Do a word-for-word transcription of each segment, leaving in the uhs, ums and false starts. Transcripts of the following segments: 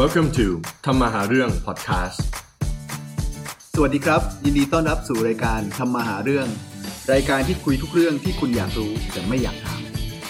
Welcome to ทำมาหาเรื่อง podcast สวัสดีครับยินดีต้อนรับสู่รายการทำมาหาเรื่องรายการที่คุยทุกเรื่องที่คุณอยากรู้แต่ไม่อยากถาม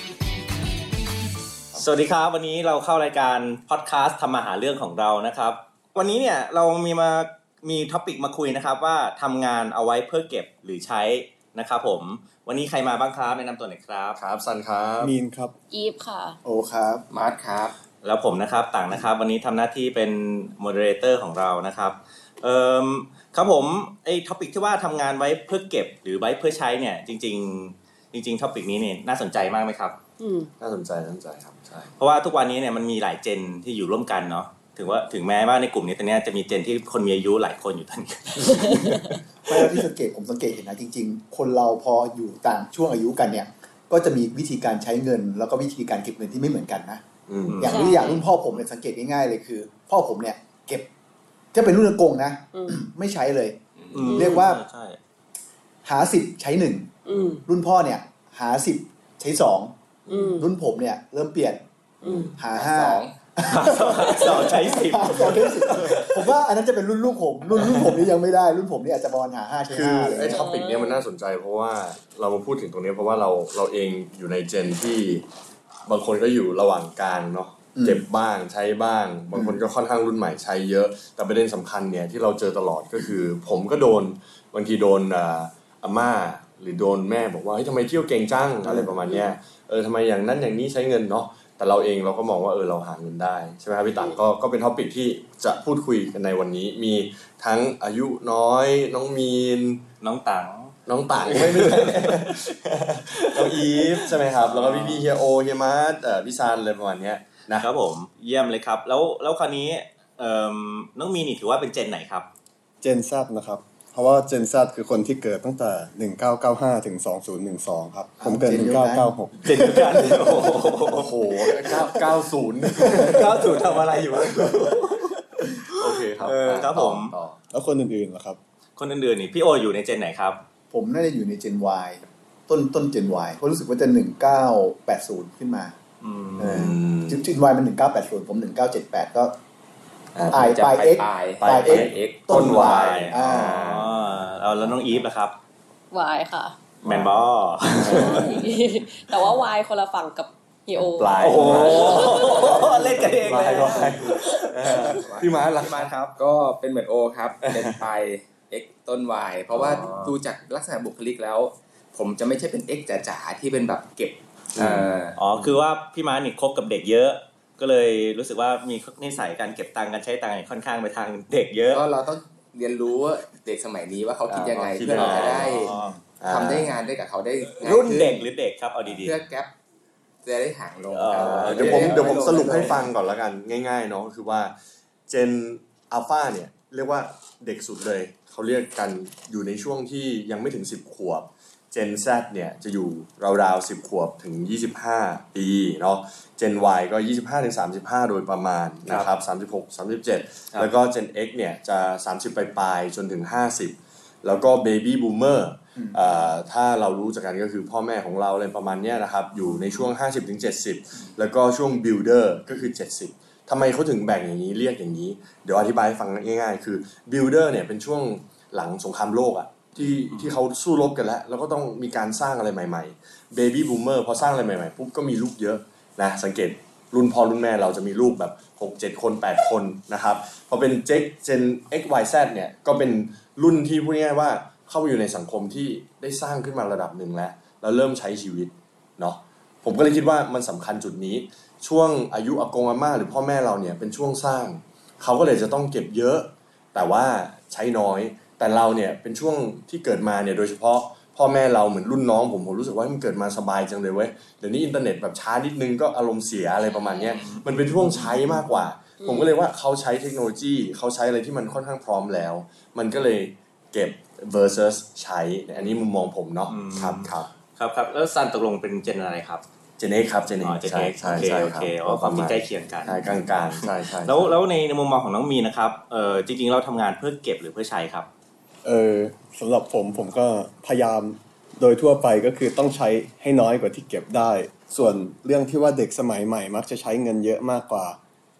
สวัสดีครับวันนี้เราเข้ารายการ podcast ทำมาหาเรื่องของเรานะครับวันนี้เนี่ยเรามีมามีท็อปิกมาคุยนะครับว่าทำงานเอาไว้เพื่อเก็บหรือใช้นะครับผมวันนี้ใครมาบ้างครับแนะนำตัวหน่อยครับครับซันครับมีนครับอีฟค่ะโอครับมาร์ทครับแล้วผมนะครับต่างนะครับวันนี้ทำหน้าที่เป็นโมเดเลเตอร์ของเรานะครับเอ่อครับผมไอ้ท็อปิกที่ว่าทำงานไว้เพื่อเก็บหรือไว้เพื่อใช้เนี่ยจริงๆจริงๆท็อปิกนี้เนี่ยน่าสนใจมากไหมครับอืมน่าสนใจน่าสนใจครับใช่เพราะว่าทุกวันนี้เนี่ยมันมีหลายเจนที่อยู่ร่วมกันเนาะถึงว่าถึงแม้ว่าในกลุ่มนี้ตอนนี้จะมีเจนที่คนมีอายุหลายคนอยู่ตอนนี้ไม่ที่สังเกตผมสังเกตเห็นนะจริงๆคนเราพออยู่ต่างช่วงอายุกันเนี่ยก็จะมีวิธีการใช้เงินแล้วก็วิธีการเก็บเงินที่ไม่เหมือนกันนะอย่างรุ่นอย่างรุ่นพ่อผมเนี่ยสังเกตง่ายๆเลยคือพ่อผมเนี่ยเก็บจะเป็นรุ่นอากงนะไม่ใช้เลยเรียกว่าหาสิบใช้หนึ่งรุ่นพ่อเนี่ยหาสิบใช้สองรุ่นผมเนี่ยเริ่มเปลี่ยนหาห้าสองใช้สิบสองใช้สิบผมว่าอันนั้นจะเป็นรุ่นลูกผมรุ่นรุ่นผมนี่ยังไม่ได้รุ่นผมนี่อาจจะประมาณหาห้าใช้ห้าเลยไอ้ท็อปิกเนี้ยมันน่าสนใจเพราะว่าเรามาพูดถึงตรงนี้เพราะว่าเราเราเองอยู่ในเจนที่บางคนก็อยู่ระหว่างกลางเนาะเก็บบ้างใช้บ้างบางคนก็ค่อนข้างรุ่นใหม่ใช้เยอะแต่ประเด็นสำคัญเนี่ยที่เราเจอตลอดก็คือผมก็โดนบางทีโดนอาม่าหรือโดนแม่บอกว่าเฮ้ยทำไมเที่ยวเก่งจังอะไรประมาณเนี้ยเออทำไมอย่างนั้นอย่างนี้ใช้เงินเนาะแต่เราเองเราก็มองว่าเออเราหาเงินได้ใช่ไหมครับพี่ตังก็ก็เป็นท็อปิกที่จะพูดคุยกันในวันนี้มีทั้งอายุน้อยน้องมีนน้องตังน้องตังไม่ไม่ใช่น้องอีฟใช่ไหมครับแล้วก็พี่พี่เฮียโอเฮียมาร์ทเอ่อพี่ซานอะไรประมาณเนี้ยนะครับผมเยี่ยมเลยครับแล้วแล้วคราวนี้เอ่อน้องมีนนี่ถือว่าเป็นเจนไหนครับเจน Z นะครับเพราะว่า Gen Z คือคนที่เกิดตั้งแต่หนึ่งพันเก้าร้อยเก้าสิบห้าถึงสองพันสิบสองครับผมเกิดหนึ่งพันเก้าร้อยเก้าสิบหกเจนเดียวกันโอ้โหเก้าสิบเก้าสิบทำอะไรอยู่โอเคครับเออครับผมแล้วคนอื่นๆล่ะครับคนอื่นๆนี่พี่โออยู่ในเจนไหนครับผมน่าจะอยู่ใน Gen Y ต้นต้น Gen Y เพราะรู้สึกว่าจะหนึ่งพันเก้าร้อยแปดสิบขึ้นมาอืมเออ Gen Y มันหนึ่งพันเก้าร้อยแปดสิบผมหนึ่งพันเก้าร้อยเจ็ดสิบแปดก็ปลายปลาย X ปลาย X ต้น Y อ่าเอาแล้วน้องอีฟล่ะครับ Y ค่ะแมนบอแต่ว่า Y คนละฝั่งกับเฮียโอปลายโอ้โหเล่นกันเองเลยพี่มาร์ทล่ะพี่มาร์ทครับก็เป็นเหมือนโอครับเป็นปลาย X ต้น Y เพราะว่าดูจากลักษณะบุคลิกแล้วผมจะไม่ใช่เป็น X จ๋าๆที่เป็นแบบเก็บอ๋อคือว่าพี่มาร์ทนี่คบกับเด็กเยอะก็เลยรู้สึกว่ามีนิสัยการเก็บตังค์การใช้ตังค์ค่อนข้างไปทางเด็กเยอะก็เราต้องเรียนรู้เด็กสมัยนี้ว่าเขาคิดยังไงเพื่อเราจะได้ทำได้งานได้กับเขาได้รุ่นเด็กหรือเด็กครับเอาดีๆเพื่อแก๊ปจะได้ห่างลงเดี๋ยวผมเดี๋ยวผมสรุปให้ฟังก่อนละกันง่ายๆเนาะคือว่าเจนอัลฟาเนี่ยเรียกว่าเด็กสุดเลยเขาเรียกกันอยู่ในช่วงที่ยังไม่ถึงสิบขวบGen Z เนี่ยจะอยู่ราวๆสิบขวบถึงยี่สิบห้าปีเนาะ Gen Y ก็ยี่สิบห้าถึงสามสิบห้าโดยประมาณนะครับสามสิบหก สามสิบเจ็ดแล้วก็ Gen X เนี่ยจะสามสิบปลายๆจนถึงห้าสิบแล้วก็ Baby Boomer อ่าถ้าเรารู้จักกันก็คือพ่อแม่ของเราอะไรประมาณเนี้ยนะครับอยู่ในช่วงห้าสิบถึงเจ็ดสิบแล้วก็ช่วง Builder ก็คือเจ็ดสิบทำไมเขาถึงแบ่งอย่างนี้เรียกอย่างนี้เดี๋ยวอธิบายให้ฟังง่ายๆคือ Builder เนี่ยเป็นช่วงหลังสงครามโลกอ่ะที่ที่เขาสู้รบกันแล้วแล้วก็ต้องมีการสร้างอะไรใหม่ๆ Baby Boomer พอสร้างอะไรใหม่ๆปุ๊บก็มีลูกเยอะนะสังเกตรุ่นพ่อรุ่นแม่เราจะมีลูกแบบ หกเจ็ด คน แปด คนนะครับพอเป็น Gen X Y Z เนี่ยก็เป็นรุ่นที่พูดง่ายๆว่าเข้าไปอยู่ในสังคมที่ได้สร้างขึ้นมาระดับหนึ่งแล้วแล้วเริ่มใช้ชีวิตเนาะผมก็เลยคิดว่ามันสำคัญจุดนี้ช่วงอายุอากงอาม่าหรือพ่อแม่เราเนี่ยเป็นช่วงสร้างเขาก็เลยจะต้องเก็บเยอะแต่ว่าใช้น้อยแต่เราเนี่ยเป็นช่วงที่เกิดมาเนี่ยโดยเฉพาะพ่อแม่เราเหมือนรุ่นน้องผมผมรู้สึกว่ามันเกิดมาสบายจังเลยเว้ยเดี๋ยวนี้อินเทอร์เน็ตแบบช้านิดนึงก็อารมณ์เสียอะไรประมาณนี้มันเป็นช่วงใช้มากกว่าผมก็เลยว่าเขาใช้เทคโนโลยีเขาใช้อะไรที่มันค่อนข้างพร้อมแล้วมันก็เลยเก็บ versus ใช้อันนี้มุมมองผมเนาะครับครับครับครับแล้วซันตกลงเป็นเจนอะไรครับเจเนกครับเจเนกใช่ใช่ใช่โอเคอ๋อความคิดใกล้เคียงกันใช่กลางๆใช่ใช่แล้วแล้วในในมุมมองของน้องมีนะครับเอ่อจริงๆเราทำงานเพื่อเก็บหรือเพื่อใช้ครับเออสำหรับผมผมก็พยายามโดยทั่วไปก็คือต้องใช้ให้น้อยกว่าที่เก็บได้ส่วนเรื่องที่ว่าเด็กสมัยใหม่มักจะใช้เงินเยอะมากกว่า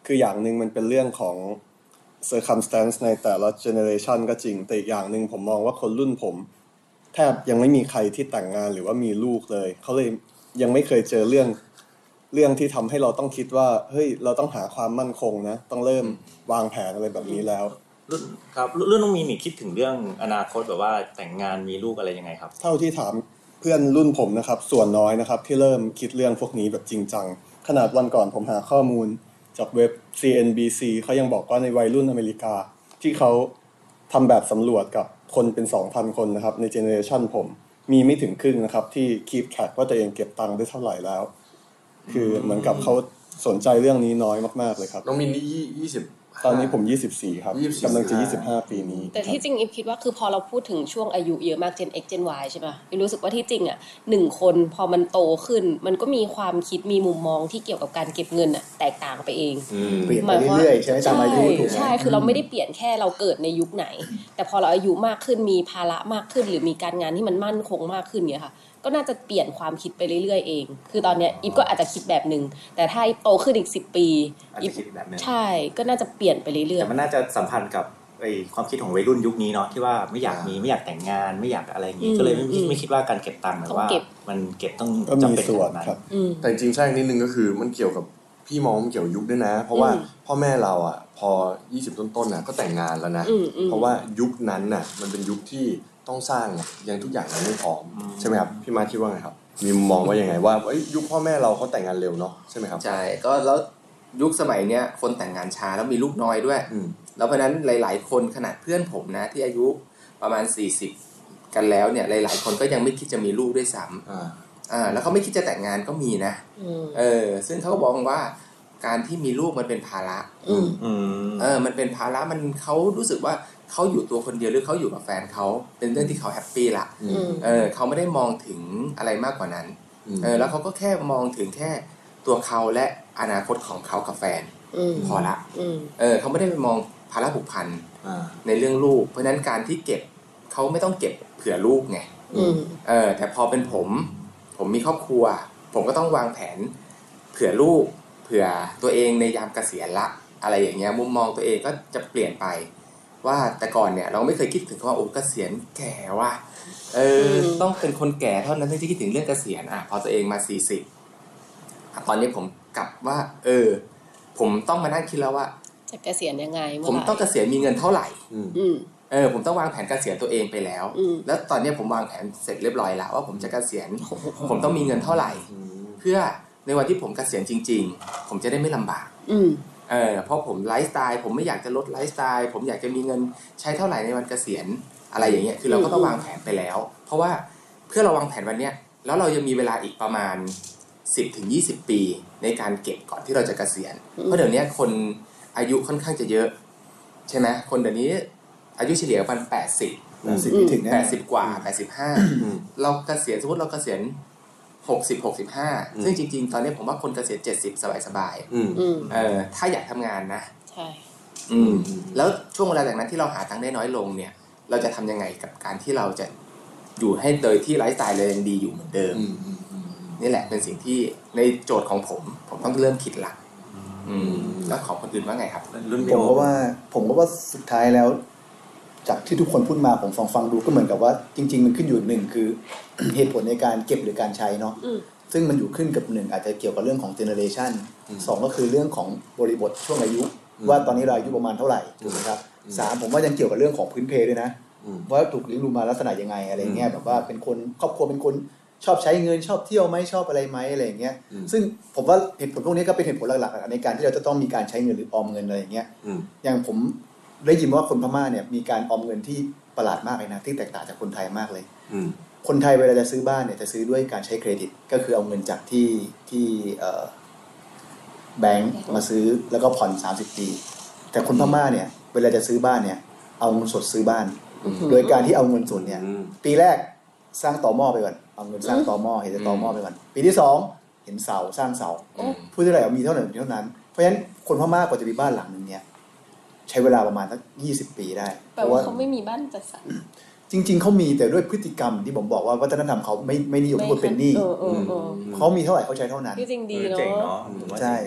คืออย่างหนึ่งมันเป็นเรื่องของ circumstance ในแต่ละ generation ก็จริงแต่อีกอย่างหนึ่งผมมองว่าคนรุ่นผมแทบยังไม่มีใครที่แต่งงานหรือว่ามีลูกเลยเขาเลยยังไม่เคยเจอเรื่องเรื่องที่ทำให้เราต้องคิดว่าเฮ้ยเราต้องหาความมั่นคงนะต้องเริ่มวางแผนอะไรแบบนี้แล้วรุ่นครับรุ่นน้องมีนคิดถึงเรื่องอนาคตแบบว่าแต่งงานมีลูกอะไรยังไงครับเท่าที่ถามเพื่อนรุ่นผมนะครับส่วนน้อยนะครับที่เริ่มคิดเรื่องพวกนี้แบบจริงจังขนาดวันก่อนผมหาข้อมูลจากเว็บ ซี เอ็น บี ซี เขายังบอกว่าในวัยรุ่นอเมริกาที่เขาทำแบบสำรวจกับคนเป็น สองพัน คนนะครับในเจเนอเรชันผมมีไม่ถึงครึ่งนะครับที่ keep track ว่าตัวเองเก็บตังค์ได้เท่าไหร่แล้วคือเหมือนกับเขาสนใจเรื่องนี้น้อยมากๆเลยครับน้องมินนี่ยี่สิบตอนนี้ผมยี่สิบสี่ครับกำลังจะยี่สิบห้าปีนี้แต่ที่จริงอิฟคิดว่าคือพอเราพูดถึงช่วงอายุเยอะมาก Gen X Gen Y ใช่ป่ะอิฟรู้สึกว่าที่จริงอ่ะหนึ่งคนพอมันโตขึ้นมันก็มีความคิดมีมุมมองที่เกี่ยวกับการเก็บเงินอ่ะแตกต่างไปเองเปลี่ยนไปเรื่อยๆใช่ไหมตามอายุถูกไหมใช่คือเราไม่ได้เปลี่ยนแค่เราเกิดในยุคไหนแต่พอเราอายุมากขึ้นมีภาระมากขึ้นหรือมีการงานที่มันมั่นคงมากขึ้นเงี้ยค่ะก็น่าจะเปลี่ยนความคิดไปเรื่อยๆเองคือตอนเนี้ยอีฟก็อาจจะคิดแบบนึงแต่ถ้าอีฟโตขึ้นอีกสิบปีอาจจะคิดแบบนึงใช่ก็น่าจะเปลี่ยนไปเรื่อยๆแต่มันน่าจะสัมพันธ์กับไอ้ความคิดของวัยรุ่นยุคนี้เนาะที่ว่าไม่อยากมีไม่อยากแต่งงานไม่อยากอะไรอย่างงี้ก็เลยไม่ไม่คิดว่าการเก็บตังค์หรือว่ามันเก็บต้องจำเป็นขนาดนั้นแต่จริงๆใช่นิดนึงก็คือมันเกี่ยวกับพี่มองมันเกี่ยวยุคด้วยนะเพราะว่าพ่อแม่เราอ่ะพอยี่สิบต้นๆน่ะก็แต่งงานแล้วนะเพราะว่ายุคนั้นน่ะมันเป็นยุคที่ต้องสร้างยังทุกอย่างยังไม่พร้อมใช่ไหมครับพี่มาคิดว่าไงครับมีมองว่ายังไงว่ายุคพ่อแม่เราเขาแต่งงานเร็วเนาะใช่ไหมครับใช่ก็แล้วยุคสมัยเนี้ยคนแต่งงานช้าแล้วมีลูกน้อยด้วยแล้วเพราะนั้นหลายๆคนขนาดเพื่อนผมนะที่อายุประมาณสี่สิบกันแล้วเนี่ยหลายๆคนก็ยังไม่คิดจะมีลูกด้วยซ้ำอ่าแล้วเขาไม่คิดจะแต่งงานก็มีนะเออซึ่งเขาบอกว่าการที่มีลูกมันเป็นภาระเออมันเป็นภาระมันเขารู้สึกว่าเขาอยู่ตัวคนเดียวหรือเขาอยู่กับแฟนเขาเป็นเรื่องที่เขาแฮปปี้ละเออเขาไม่ได้มองถึงอะไรมากกว่านั้นเออแล้วเขาก็แค่มองถึงแค่ตัวเขาและอนาคตของเขากับแฟนพอละเออเขาไม่ได้ไปมองภาระผูกพันในเรื่องลูกเพราะนั้นการที่เก็บเขาไม่ต้องเก็บเผื่อลูกไงเออแต่พอเป็นผมผมมีครอบครัวผมก็ต้องวางแผนเผื่อลูกเผื่อตัวเองในยามเกษียณละอะไรอย่างเงี้ยมุมมองตัวเองก็จะเปลี่ยนไปว่าแต่ก่อนเนี่ยเราไม่เคยคิดถึงว่าโอ้เกษียณแก่ว่ะเออต้องเป็นคนแก่เท่านั้นที่คิดถึงเรื่องเกษียณอ่ะพอตัวเองมาสี่สิบตอนนี้ผมกลับว่าเออผมต้องมานั่งคิดแล้วว่าจะเกษียณยังไงผมต้องเกษียณมีเงินเท่าไหร่เออผมต้องวางแผนเกษียณตัวเองไปแล้วแล้วตอนนี้ผมวางแผนเสร็จเรียบร้อยแล้วว่าผมจะเกษียณผมต้องมีเงินเท่าไหร่เพื่อในวันที่ผมเกษียณจริงๆผมจะได้ไม่ลำบากเออเพราะผมไลฟ์สไตล์ผมไม่อยากจะลดไลฟ์สไตล์ผมอยากจะมีเงินใช้เท่าไหร่ในวันเกษียณอะไรอย่างเงี้ยคือเราก็ต้องวางแผนไปแล้วเพราะว่าเพื่อเราวางแผนวันเนี้ยแล้วเรายังมีเวลาอีกประมาณสิบถึงยี่สิบปีในการเก็บก่อนที่เราจะเกษียณเพราะเดี๋ยวนี้คนอายุค่อนข้างจะเยอะใช่ไหมคนเดี๋ยวนี้อายุเฉลี่ยประมาณแปดสิบแปดสิบไม่ถึงแปดสิบกว่าแปดสิบห้าเราเกษียณสมมติเราเกษียณหกสิบ หกสิบห้าซึ่งจริงๆตอนนี้ผมว่าคนเกษียณเจ็ดสิบสบายๆเออถ้าอยากทำงานนะใช่อืมแล้วช่วงเวลาจากนั้นที่เราหาตังค์ได้น้อยลงเนี่ยเราจะทำยังไงกับการที่เราจะอยู่ให้โดยที่ไลฟ์สไตล์เรายังดีอยู่เหมือนเดิมนี่แหละเป็นสิ่งที่ในโจทย์ของผมผมต้องเริ่มคิดละแล้วของคนอื่นว่าไงครับผมก็ว่าผมก็ว่าสุดท้ายแล้วจากที่ทุกคนพูดมาผมฟังฟังดูก็เหมือนกับว่าจริงๆมันขึ้นอยู่หนึ่งคือ เหตุผลในการเก็บหรือการใช้เนาะซึ่งมันอยู่ขึ้นกับหนึ่งอาจจะเกี่ยวกับเรื่องของเจเนอเรชันสองก็คือเรื่องของบริบทช่วงอายุว่าตอนนี้เราอายุประมาณเท่าไหร่ถูกไหมครับสามผมว่ายังเกี่ยวกับเรื่องของพื้นเพด้วยนะว่าถูกเลี้ยงดูมาลักษณะยังไงอะไรเงี้ยแบบว่าเป็นคนครอบครัวเป็นคนชอบใช้เงินชอบเที่ยวไหมชอบอะไรไหมอะไรอย่างเงี้ยซึ่งผมว่าเหตุผลพวกนี้ก็เป็นเหตุผลหลักๆในการที่เราจะต้องมีการใช้เงินหรือออมเงินอะไรอย่างเงี้ยอย่างผมได้ยินว่าคนพม่าเนี่ยมีการออมเงินที่ประหลาดมากเลยนะที่แตกต่างจากคนไทยมากเลยคนไทยเวลาจะซื้อบ้านเนี่ยจะซื้อด้วยการใช้เครดิตก็คือเอาเงินจากที่ที่แบงก์มาซื้อแล้วก็ผ่อนสามสิบปีแต่คนพม่าเนี่ยเวลาจะซื้อบ้านเนี่ยเอาเงินสดซื้อบ้านโดยการที่เอาเงินสดเนี่ยปีแรกสร้างต่อหม้อไปก่อนเอาเงินสร้างต่อหม้อเห็นต่อหม้อไปก่อนปีที่สองเห็นเสาสร้างเสาพูดเท่าไหร่มีเท่าไหร่เท่านั้นเพราะฉะนั้นคนพม่ากว่าจะมีบ้านหลังนึงเนี่ยใช้เวลาประมาณสักยี่สิบปีได้แปลว่าเขาไม่มีบ้านจัดสรรจริงๆเขามีแต่ด้วยพฤติกรรมที่ผมบอกว่าวัฒนธรรมเขาไม่ไม่นิยมคนเป็นหนี้เขามีเท่าไหร่เขาใช้เท่านั้นจริงดีเนาะใช่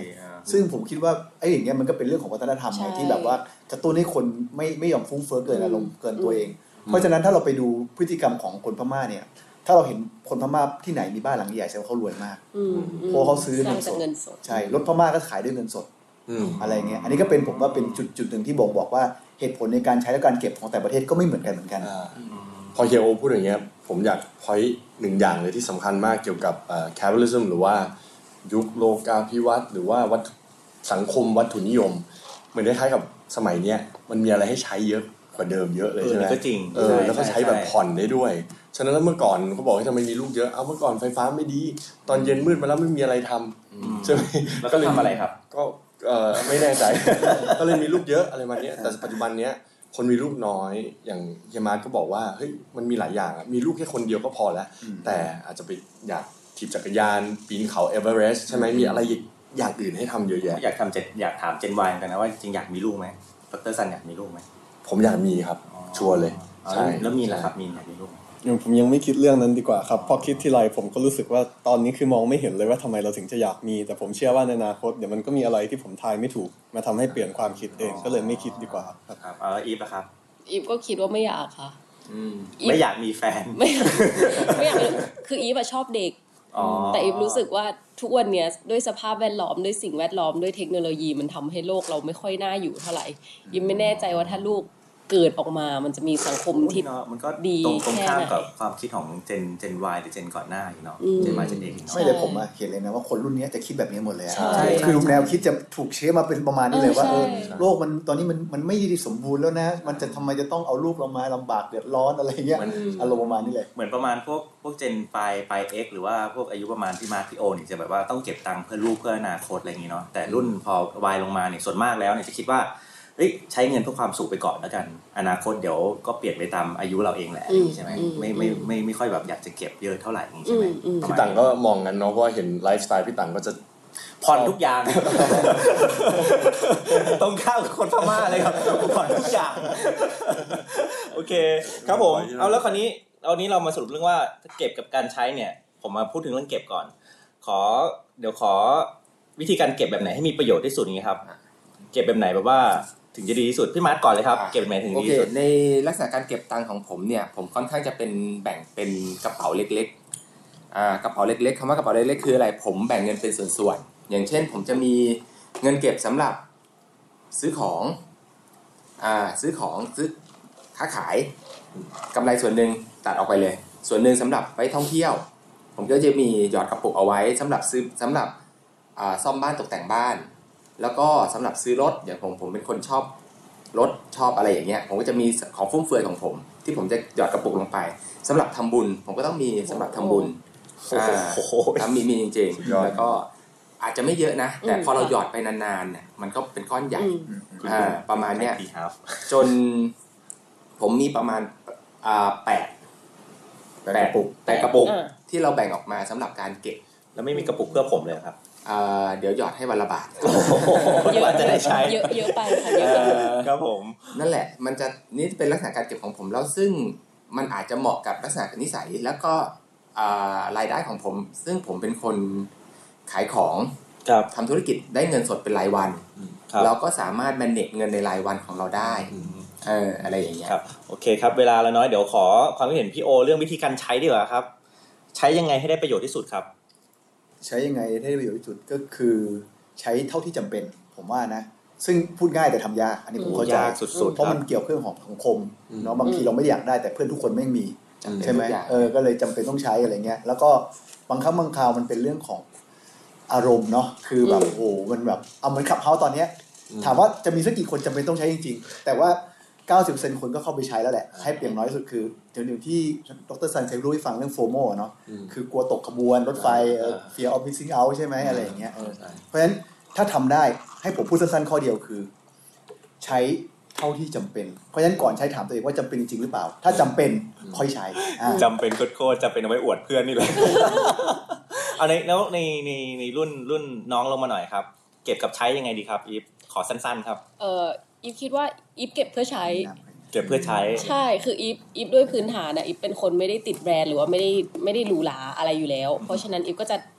ซึ่งผมคิดว่าไอ้อย่างเงี้ยมันก็เป็นเรื่องของวัฒนธรรมไงที่แบบว่ากระตุ้นให้คนไม่ไม่ยอมฟุ้งเฟ้อเกินอารมณ์เกินตัวเองเพราะฉะนั้นถ้าเราไปดูพฤติกรรมของคนพม่าเนี่ยถ้าเราเห็นคนพม่าที่ไหนมีบ้านหลังใหญ่แสดงว่าเขารวยมากเพราะเขาซื้อเงินสดใช่รถพม่าก็ขายด้วยเงินสดอะไรเงี้ยอันนี้ก็เป็นผมว่าเป็นจุดจุดหนึ่งที่บ่งบอกว่าเหตุผลในการใช้และการเก็บของแต่ประเทศก็ไม่เหมือนกันเหมือนกันพอเฮียโอพูดอย่างเงี้ยผมอยากพอยต์หนึ่งอย่างเลยที่สำคัญมากเกี่ยวกับแคปิตอลิซึมหรือว่ายุคโลกาภิวัตน์หรือว่าวัฒสังคมวัตถุนิยมเหมือนคล้ายๆกับสมัยเนี้ยมันมีอะไรให้ใช้เยอะกว่าเดิมเยอะเลยใช่ไหมก็จริงเออแล้วก็ใช้แบบผ่อนได้ด้วยฉะนั้นแล้วเมื่อก่อนเขาบอกให้ทำไมมีลูกเยอะเอาเมื่อก่อนไฟฟ้าไม่ดีตอนเย็นมืดมาแล้วไม่มีอะไรทำใช่ไหมแล้วก็เลยทำอะไรครับก็เออไม่แน่ใจก็เลยมีลูกเยอะอะไรมาเนี้ยแต่ปัจจุบันเนี้ยคนมีลูกน้อยอย่างเฮียมาร์ทก็บอกว่าเฮ้ยมันมีหลายอย่างมีลูกแค่คนเดียวก็พอแล้วแต่อาจจะไปอยากขี่จักรยานปีนเขาเอเวอเรสต์ใช่ไหมมีอะไรอย่างอื่นให้ทำเยอะแยะอยากทำเจนอยากถามเจนวายกันนะว่าจริงอยากมีลูกไหมดร.ซันอยากมีลูกไหมผมอยากมีครับชัวร์เลยใช่แล้วมีแหละครับมีอยากมีลูกอย่างผมยังไม่คิดเรื่องนั้นดีกว่าครับพอคิดทีไรผมก็รู้สึกว่าตอนนี้คือมองไม่เห็นเลยว่าทำไมเราถึงจะอยากมีแต่ผมเชื่อว่าในอนาคตเดี๋ยวมันก็มีอะไรที่ผมทายไม่ถูกมาทำให้เปลี่ยนความคิดเองก็เลยไม่คิดดีกว่าครับเอออีฟอะครับอีฟก็คิดว่าไม่อยากค่ะไม่อยากมีแฟนไม่ไม่อยากคืออีฟชอบเด็กแต่อีฟรู้สึกว่าทุกวันนี้ด้วยสภาพแวดล้อมด้วยสิ่งแวดล้อมด้วยเทคโนโลยีมันทำให้โลกเราไม่ค่อยน่าอยู่เท่าไหร่อีฟไม่แน่ใจว่าถ้าลูกเกิดออกมามันจะมีสังคมที่มันก็ดีตรงข้ามกับความคิดของเจนเจน Y หรือเจนก่อนหน้าอยู่เนาะเจน Y เจน X ไม่เลยผมอะเห็นเลยนะว่าคนรุ่นนี้จะคิดแบบนี้หมดเลยคือแนวคิดจะถูกเชฟมาเป็นประมาณนี้เลยว่าเออโลกมันตอนนี้มันมันไม่ดีสมบูรณ์แล้วนะมันจะทำไมจะต้องเอาลูกเรามาลำบากเดือดร้อนอะไรเงี้ยอารมณ์ประมาณนี้เลยเหมือนประมาณพวกพวกเจนปลายปลาย X หรือว่าพวกอายุประมาณที่มาพี่โอนี่จะแบบว่าต้องเก็บตังค์เพื่อลูกเพื่ออนาคตอะไรอย่างงี้เนาะแต่รุ่นพอ Y ลงมาเนี่ยส่วนมากแล้วเนี่ยจะคิดว่าเฮ้ยใช้เงินเพื่อความสุขไปก่อนแล้วกันอนาคตเดี๋ยวก็เปลี่ยนไปตามอายุเราเองแหละใช่ไหมไม่ไม่ไม่ไม่ค่อยแบบอยากจะเก็บเยอะเท่าไหร่ใช่ไหมพี่ตังก็มองงั้นเนาะเพราะว่าเห็นไลฟ์สไตล์พี่ตังก็จะผ่อนทุกอย่างตรงข้ามกับคนพม่าเลยครับผ่อนทุกอย่างโอเคครับผมเอาแล้วคราวนี้เอานี้เรามาสรุปเรื่องว่าเก็บกับการใช้เนี่ยผมมาพูดถึงเรื่องเก็บก่อนขอเดี๋ยวขอวิธีการเก็บแบบไหนให้มีประโยชน์ที่สุดนี้ครับเก็บแบบไหนแบบว่าถึงจะดีที่สุดพี่มาร์ทก่อนเลยครับเก็บแบบไหนถึงดีที่สุดในลักษณะการเก็บตังค์ของผมเนี่ยผมค่อนข้างจะเป็นแบ่งเป็นกระเป๋าเล็กๆอ่ากระเป๋าเล็กๆคำว่ากระเป๋าเล็กๆคืออะไรผมแบ่งเงินเป็นส่วนๆอย่างเช่นผมจะมีเงินเก็บสำหรับซื้อของอ่าซื้อของซื้อค้าขายกำไรส่วนหนึ่งตัดออกไปเลยส่วนหนึ่งสำหรับไปท่องเที่ยวผมก็จะมีหยอดกระปุกเอาไว้สำหรับซื้อสำหรับอ่าซ่อมบ้านตกแต่งบ้านแล้วก็สำหรับซื้อรถอย่างผมผมเป็นคนชอบรถชอบอะไรอย่างเงี้ยผมก็จะมีของฟุ่มเฟือยของผมที่ผมจะหยอดกระปุกลงไปสำหรับทำบุญผมก็ต้องมีสำหรับทำบุญอ่าทำมีมีจริงๆแล้วก็อาจจะไม่เยอะนะแต่พอเราหยอดไปนานๆเนี่ยมันก็เป็นก้อนใหญ่อ่าประมาณเนี้ยจนผมมีประมาณอ่าแปดแปดกระปุกแปดกระปุกที่เราแบ่งออกมาสำหรับการเก็บแล้วไม่มีกระปุกเพื่อผมเลยครับอ่าเดี๋ยวหยอดให้วันละบาทเยอะจะได้ใช้เยอะเยอะไปค่ะเยอะครับผมนั่นแหละมันจะนี่เป็นลักษณะการเก็บของผมแล้วซึ่งมันอาจจะเหมาะกับลักษณะนิสัยแล้วก็อ่ารายได้ของผมซึ่งผมเป็นคนขายของทำธุรกิจได้เงินสดเป็นรายวันเราก็สามารถ manage เงินในรายวันของเราได้เอออะไรอย่างเงี้ยครับโอเคครับเวลาแล้วน้อยเดี๋ยวขอความคิดเห็นพี่โอเรื่องวิธีการใช้ดีกว่าครับใช้ยังไงให้ได้ประโยชน์ที่สุดครับใช้ยังไงให้ได้ประโยชน์ที่สุดก็คือใช้เท่าที่จำเป็นผมว่านะซึ่งพูดง่ายแต่ทำยากอันนี้ผมเข้าใจเพราะมันเกี่ยวกับเรื่องของสังคมเนาะบางทีเราไม่อยากได้แต่เพื่อนทุกคนไม่มีใช่ไหมเออก็เลยจำเป็นต้องใช้อะไรเงี้ยแล้วก็บางครั้งบางคราวมันเป็นเรื่องของอารมณ์เนาะคือแบบโอ้มันแบบเอาเหมือนขับเฮาตอนเนี้ยถามว่าจะมีสักกี่คนจำเป็นต้องใช้จริงๆแต่ว่า เก้าสิบเปอร์เซ็นต์ คนก็เข้าไปใช้แล้วแหละให้เปลี่ยนน้อยสุดคือเดี๋ยวที่ดร.ซันเคยรู้ให้ฟังเรื่องโฟโมเนาะคือกลัวตกขบวนรถไฟ fear of missing out ใช่ไหมอะไรอย่างเงี้ยเพราะฉะนั้นถ้าทำได้ให้ผมพูดสั้นๆข้อเดียวคือใช้เท่าที่จำเป็นเพราะฉะนั้นก่อนใช้ถามตัวเองว่าจำเป็นจริงหรือเปล่าถ้าจำเป็นค่อยใช้จำเป็นโคตรๆจำเป็นเอาไว้อวดเพื่อนนี่เลยเอาในแล้วในในในรุ่นรุ่นน้องลงมาหน่อยครับเก็บกับใช้ยังไงดีครับอีฟขอสั้นๆครับเอ่ออีฟคิดว่าอีฟเก็บเพื่อใช้เก็บเพื่อใช้ใช่คืออีฟอีฟด้วยพื้นฐานน่ะอีฟเป็นคนไม่ได้ติดแบรนด์หรือว่าไม่ได้ไม่ได้หรูหราอะไรอยู่แล้วเพราะฉะนั้นอีฟก็จะ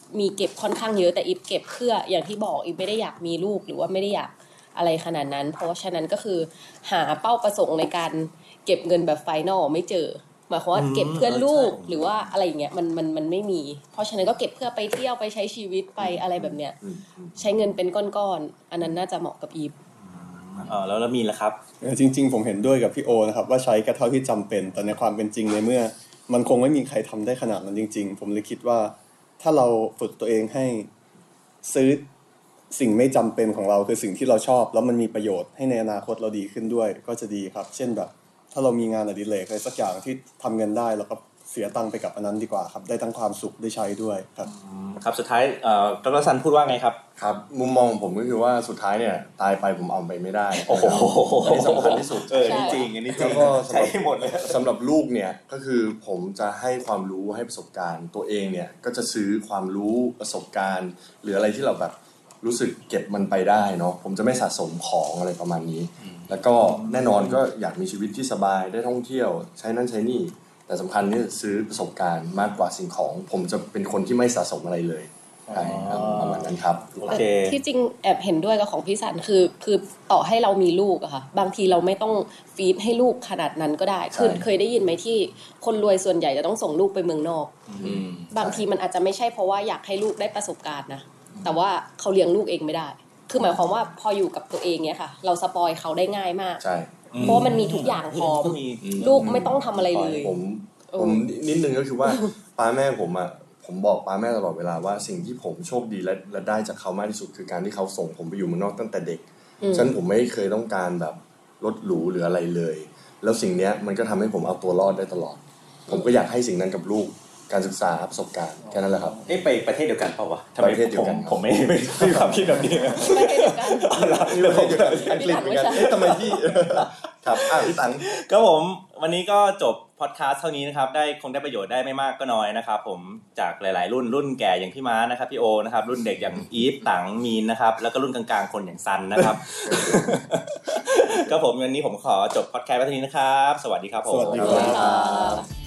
มีเก็บค่อนข้างเยอะแต่อีฟเก็บเพื่ออย่างที่บอกอีฟไม่ได้อยากมีลูกหรือว่าไม่ได้อยากอะไรขนาดนั้นเพราะฉะนั้นก็คือหาเป้าประสงค์ในการเก็บเงินแบบไฟนอลไม่เจอหมายความว่าเก็บเพื่อลูกหรือว่าอะไรอย่างเงี้ยมันมันมันไม่มีเพราะฉะนั้นก็เก็บเพื่อไปเที่ยวไปใช้ชีวิตไปอะไรแบบเนี้ยใช้เงินเป็นก้อนๆอันนั้นน่าจะเหมาะกับอีฟอ๋อแล้วแล้วมีล่ะครับจริงๆผมเห็นด้วยกับพี่โอนะครับว่าใช้แค่เท่าที่จำเป็นแต่ในความเป็นจริงในเมื่อมันคงไม่มีใครทำได้ขนาดนั้นจริงๆผมเลยคิดว่าถ้าเราฝึกตัวเองให้ซื้อสิ่งไม่จำเป็นของเราคือสิ่งที่เราชอบแล้วมันมีประโยชน์ให้ในอนาคตเราดีขึ้นด้วยก็จะดีครับเช่นแบบถ้าเรามีงานอดิเรกอะไรสักอย่างที่ทำเงินได้แล้วก็เสียตังค์ไปกับอันนั้นดีกว่าครับได้ทั้งความสุขได้ใช้ด้วยครับครับสุดท้ายเอ่อดร.ซันพูดว่าไงครับครับมุมมองของผมก็คือว่าสุดท้ายเนี่ยตายไปผมเอาไปไม่ได้โอ้โหอันนี้สำคัญที่สุดเออจริงอันนี้จริงใช้หมดเลยสำหรับลูกเนี่ยก็คือผมจะให้ความรู้ให้ประสบการณ์ตัวเองเนี่ยก็จะซื้อความรู้ประสบการณ์หรืออะไรที่เราแบบรู้สึกเก็บมันไปได้เนาะผมจะไม่สะสมของอะไรประมาณนี้แล้วก็แน่นอนก็อยากมีชีวิตที่สบายได้ท่องเที่ยวใช้นั่นใช้นี่แต่สำคัญนี่ซื้อประสบการณ์มากกว่าสิ่งของผมจะเป็นคนที่ไม่สะสมอะไรเลยใช่ครับประมาณนั้นครับโอเคที่จริงแอบเห็นด้วยกับของพี่สันคือคือต่อให้เรามีลูกอะค่ะบางทีเราไม่ต้องฟีดให้ลูกขนาดนั้นก็ได้คือเคยได้ยินไหมที่คนรวยส่วนใหญ่จะต้องส่งลูกไปเมืองนอกบางทีมันอาจจะไม่ใช่เพราะว่าอยากให้ลูกได้ประสบการณ์นะแต่ว่าเขาเลี้ยงลูกเองไม่ได้คือหมายความว่าพออยู่กับตัวเองเนี่ยค่ะเราสปอยเขาได้ง่ายมากเพราะมันมีทุกอย่างพร้อมลูกไม่ต้องทำอะไรเลยผมผมนิดนึงก็คือว่าป้าแม่ผมอ่ะผมบอกป้าแม่ตลอดเวลาว่าสิ่งที่ผมโชคดีและและได้จากเขามากที่สุดคือการที่เขาส่งผมไปอยู่เมืองนอกตั้งแต่เด็กฉะนั้นผมไม่เคยต้องการแบบลดหรูหรืออะไรเลยแล้วสิ่งเนี้ยมันก็ทำให้ผมเอาตัวรอดได้ตลอดผมก็อยากให้สิ่งนั้นกับลูกการศึกษาประสบการณ์แค่นั้นแหละครับเอ๊ะไปประเทศเดียวกันเปล่าวะประเทศเดียวกันผมไม่ไม่มีความคิดแบบนี้ประเทศเดียวกันนี่ประเทศเดียวกันอังกฤษเหมือนกันเอ๊ะทำไมพี่ครับอ่ะพี่ตังก็ผมวันนี้ก็จบพอดคาสต์เท่านี้นะครับได้คงได้ประโยชน์ได้ไม่มากก็น้อยนะครับผมจากหลายๆรุ่นรุ่นแก่อย่างพี่ม้านะครับพี่โอนะครับรุ่นเด็กอย่างอีฟตังมีนนะครับแล้วก็รุ่นกลางๆคนอย่างซันนะครับก็ผมวันนี้ผมขอจบพอดแคสต์ไว้เท่านี้นะครับสวัสดีครับผมสวัสดีครับ